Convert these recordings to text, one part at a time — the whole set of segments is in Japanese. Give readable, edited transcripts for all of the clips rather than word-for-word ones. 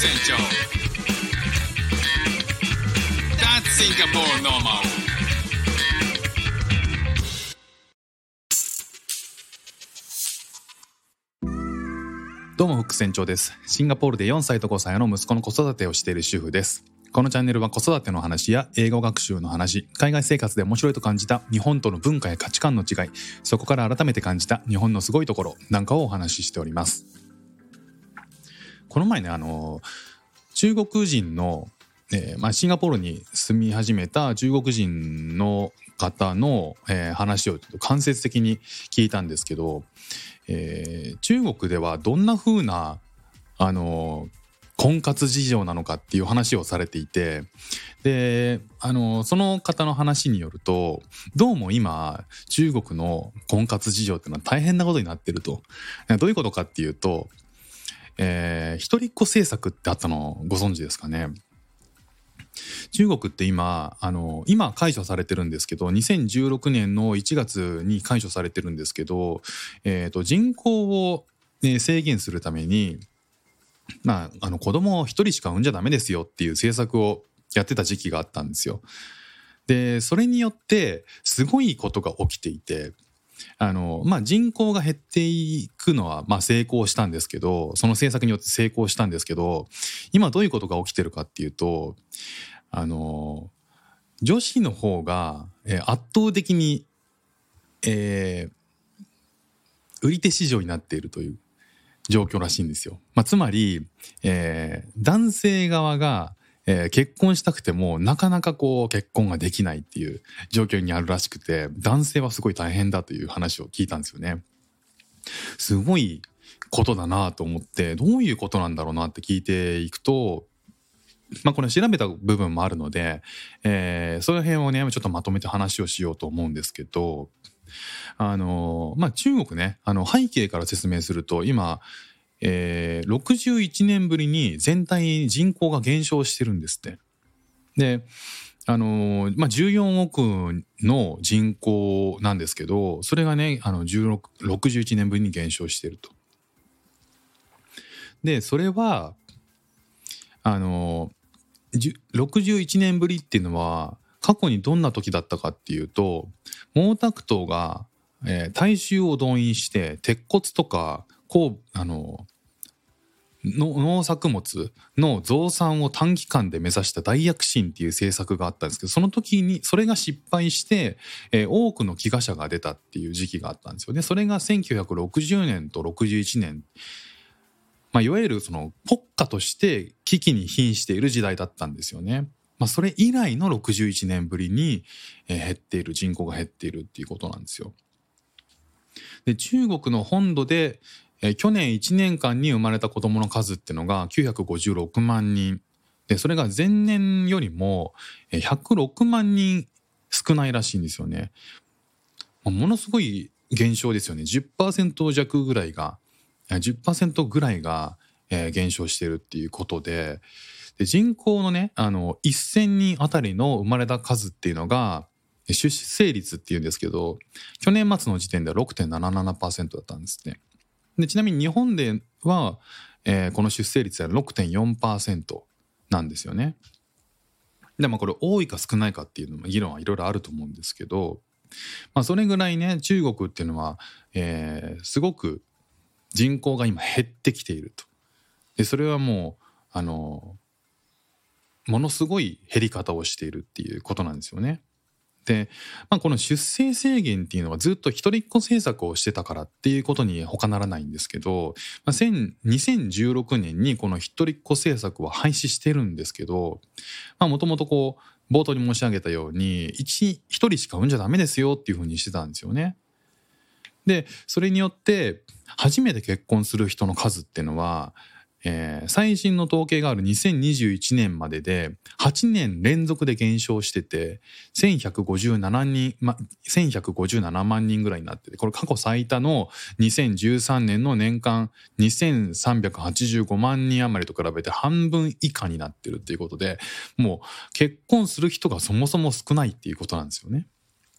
船長 That's Singapore normal。 どうもフック船長です。シンガポールで4歳と5歳の息子の子育てをしている主婦です。このチャンネルは子育ての話や英語学習の話、海外生活で面白いと感じた日本との文化や価値観の違い、そこから改めて感じた日本のすごいところなんかをお話ししております。この前ね、中国人の、シンガポールに住み始めた中国人の方の、話をちょっと間接的に聞いたんですけど、中国ではどんな風な婚活事情なのかっていう話をされていて、でその方の話によると、どうも今中国の婚活事情っていうのは大変なことになってると。どういうことかっていうと、一人っ子政策ってあったのご存知ですかね。中国って今解除されてるんですけど、2016年の1月に解除されてるんですけど、人口を、制限するために、子供を一人しか産んじゃダメですよっていう政策をやってた時期があったんですよ。でそれによってすごいことが起きていて、人口が減っていくのは成功したんですけど、その政策によって成功したんですけど、今どういうことが起きてるかっていうと、女子の方が圧倒的に、売り手市場になっているという状況らしいんですよ。つまり、男性側が結婚したくてもなかなか結婚ができないっていう状況にあるらしくて、男性はすごい大変だという話を聞いたんですよね。すごいことだなと思って、どういうことなんだろうなって聞いていくと、これ調べた部分もあるので、その辺をねちょっとまとめて話をしようと思うんですけど、中国ね、背景から説明すると、今61年ぶりに全体人口が減少してるんですって。で14億の人口なんですけど、それがね61年ぶりに減少してると。でそれは61年ぶりっていうのは過去にどんな時だったかっていうと、毛沢東が、大衆を動員して鉄骨とか農作物の増産を短期間で目指した大躍進っていう政策があったんですけど、その時にそれが失敗して、多くの飢餓者が出たっていう時期があったんですよね。それが1960年と61年、いわゆるその国家として危機に瀕している時代だったんですよね。それ以来の61年ぶりに減っている、人口が減っているっていうことなんですよ。で中国の本土で去年1年間に生まれた子どもの数っていうのが956万人で、それが前年よりも106万人少ないらしいんですよね。ものすごい減少ですよね。10% 弱ぐらいが10% ぐらいが減少しているっていうことで、人口のね1000人あたりの生まれた数っていうのが出生率っていうんですけど、去年末の時点では 6.77% だったんですね。でちなみに日本では、この出生率は 6.4% なんですよね。でこれ多いか少ないかっていうのも議論はいろいろあると思うんですけど、それぐらいね中国っていうのは、すごく人口が今減ってきていると。でそれはもうものすごい減り方をしているっていうことなんですよね。で、この出生制限っていうのはずっと一人っ子政策をしてたからっていうことに他ならないんですけど、2016年にこの一人っ子政策は廃止してるんですけど、もともと冒頭に申し上げたように一人しか産んじゃダメですよっていうふうにしてたんですよね。でそれによって初めて結婚する人の数っていうのは、最新の統計がある2021年までで8年連続で減少してて1157万人ぐらいになってて、これ過去最多の2013年の年間2385万人余りと比べて半分以下になってるっていうことで、もう結婚する人がそもそも少ないっていうことなんですよね。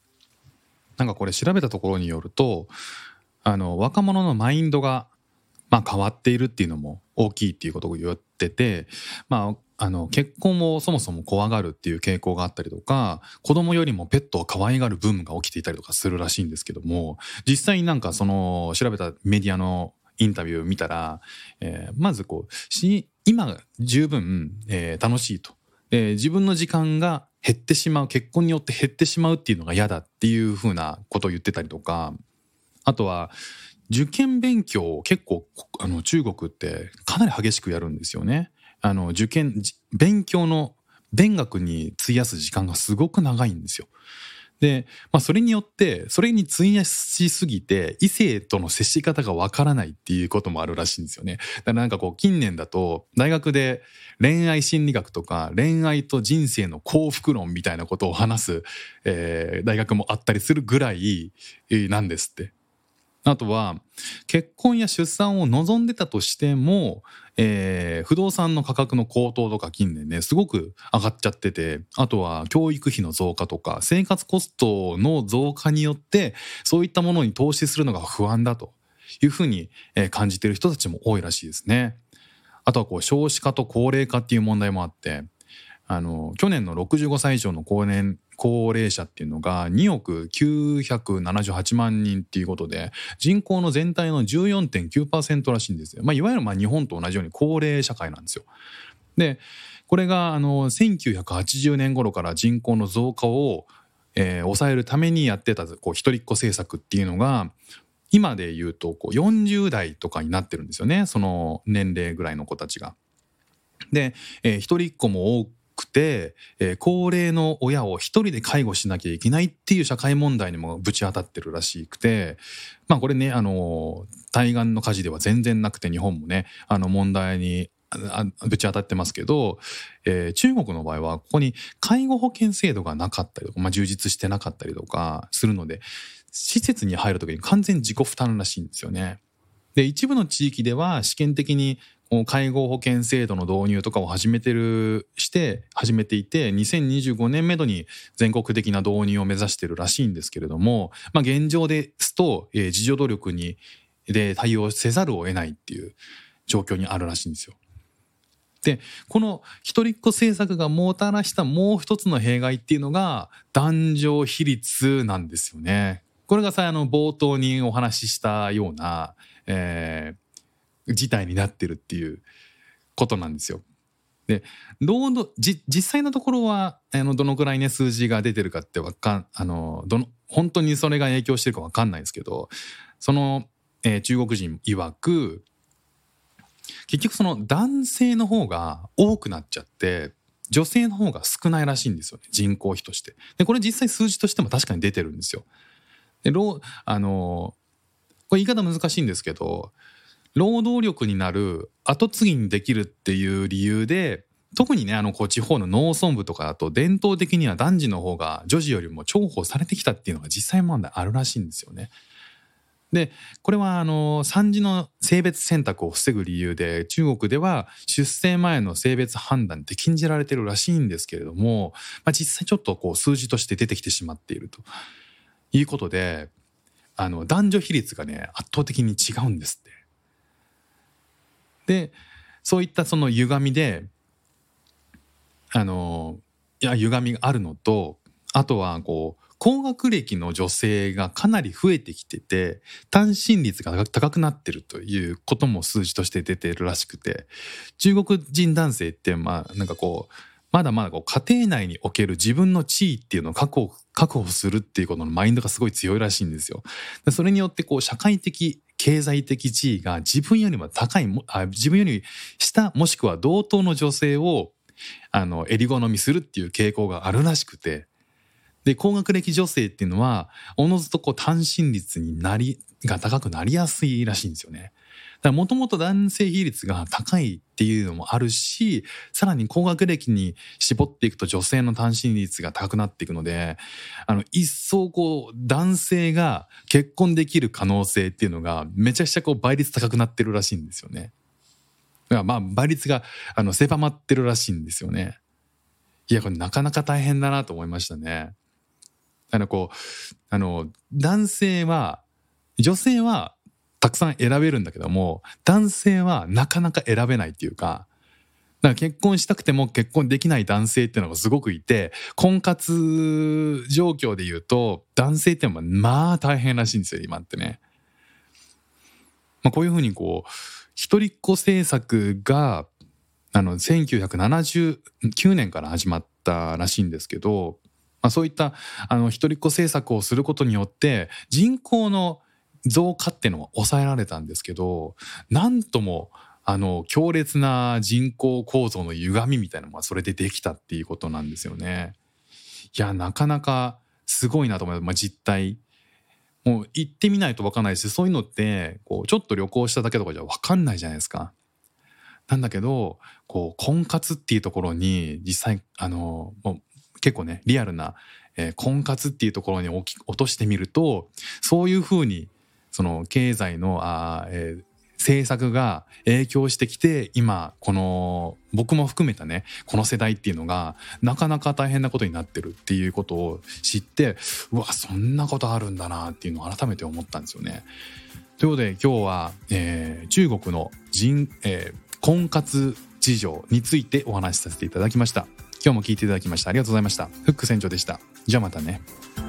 これ調べたところによると若者のマインドが変わっているっていうのも大きいっていうことを言ってて、結婚をそもそも怖がるっていう傾向があったりとか、子供よりもペットを可愛がるブームが起きていたりとかするらしいんですけども、実際になんかその調べたメディアのインタビューを見たら、まず今が十分、楽しいと、自分の時間が減ってしまう、結婚によって減ってしまうっていうのが嫌だっていうふうなことを言ってたりとか、あとは受験勉強を結構中国ってかなり激しくやるんですよね。勉強の勉学に費やす時間がすごく長いんですよ。で、それによってそれに費やしすぎて異性との接し方がわからないっていうこともあるらしいんですよね。だからなんか近年だと大学で恋愛心理学とか恋愛と人生の幸福論みたいなことを話す、大学もあったりするぐらいなんですって。あとは結婚や出産を望んでたとしても、不動産の価格の高騰とか近年ねすごく上がっちゃってて、あとは教育費の増加とか生活コストの増加によってそういったものに投資するのが不安だというふうに感じている人たちも多いらしいですね。あとは少子化と高齢化っていう問題もあって、去年の65歳以上の高齢者っていうのが2億978万人っていうことで、人口の全体の 14.9% らしいんですよ。いわゆる日本と同じように高齢社会なんですよ。でこれが1980年頃から人口の増加を、抑えるためにやってた一人っ子政策っていうのが今で言うと40代とかになってるんですよね、その年齢ぐらいの子たちが。で、一人っ子も多くて、高齢の親を一人で介護しなきゃいけないっていう社会問題にもぶち当たってるらしくて、これね対岸の火事では全然なくて日本もね問題にぶち当たってますけど、中国の場合はここに介護保険制度がなかったりとか、充実してなかったりとかするので施設に入るときに完全自己負担らしいんですよね。で一部の地域では試験的に介護保険制度の導入とかを始めていて2025年めどに全国的な導入を目指しているらしいんですけれども、現状ですと、自助努力で対応せざるを得ないっていう状況にあるらしいんですよ。でこの一人っ子政策がもたらしたもう一つの弊害っていうのが男女比率なんですよね。これが冒頭にお話ししたような、事態になってるっていうことなんですよ。で実際のところはどのくらいね数字が出てるかって本当にそれが影響してるか分かんないですけど、その、中国人曰く結局その男性の方が多くなっちゃって女性の方が少ないらしいんですよね、人口比として。でこれ実際数字としても確かに出てるんですよ。でこれ言い方難しいんですけど、労働力になる後継ぎにできるっていう理由で特にね地方の農村部とかだと伝統的には男児の方が女児よりも重宝されてきたっていうのが実際問題あるらしいんですよね。でこれは産児の性別選択を防ぐ理由で中国では出生前の性別判断って禁じられてるらしいんですけれども、実際ちょっと数字として出てきてしまっているということで男女比率がね圧倒的に違うんですって。でそういったその歪みで歪みがあるのと、あとは高学歴の女性がかなり増えてきてて単身率が高くなってるということも数字として出ているらしくて、中国人男性ってまだまだ家庭内における自分の地位っていうのを確保するっていうことのマインドがすごい強いらしいんですよ。でそれによって社会的経済的地位が自分よりも自分より下もしくは同等の女性を襟好みするっていう傾向があるらしくて、で高学歴女性っていうのはおのずと単身率が高くなりやすいらしいんですよね。もともと男性比率が高いっていうのもあるし、さらに高学歴に絞っていくと女性の単身率が高くなっていくので一層男性が結婚できる可能性っていうのがめちゃくちゃ倍率高くなってるらしいんですよね。だから倍率が狭まってるらしいんですよね。いやこれなかなか大変だなと思いましたね。男性は女性はたくさん選べるんだけども、男性はなかなか選べないっていうか、だから結婚したくても結婚できない男性っていうのがすごくいて、婚活状況で言うと男性っていうのはまあ大変らしいんですよ今ってね。こういうふうにこう一人っ子政策が1979年から始まったらしいんですけど、そういった一人っ子政策をすることによって人口の増加っていうのは抑えられたんですけど、なんとも強烈な人口構造の歪みみたいなのがそれでできたっていうことなんですよね。いや、なかなかすごいなと思います。実態もう行ってみないと分かんないし、そういうのってこうちょっと旅行しただけとかじゃ分かんないじゃないですか。なんだけどこう婚活っていうところに実際もう結構ねリアルな、婚活っていうところに落としてみると、そういうふうにその経済の政策が影響してきて、今この僕も含めたねこの世代っていうのがなかなか大変なことになってるっていうことを知って、うわそんなことあるんだなっていうのを改めて思ったんですよね。ということで今日は、中国の婚活事情についてお話しさせていただきました。今日も聞いていただきましてありがとうございました。フック船長でした。じゃあまたね。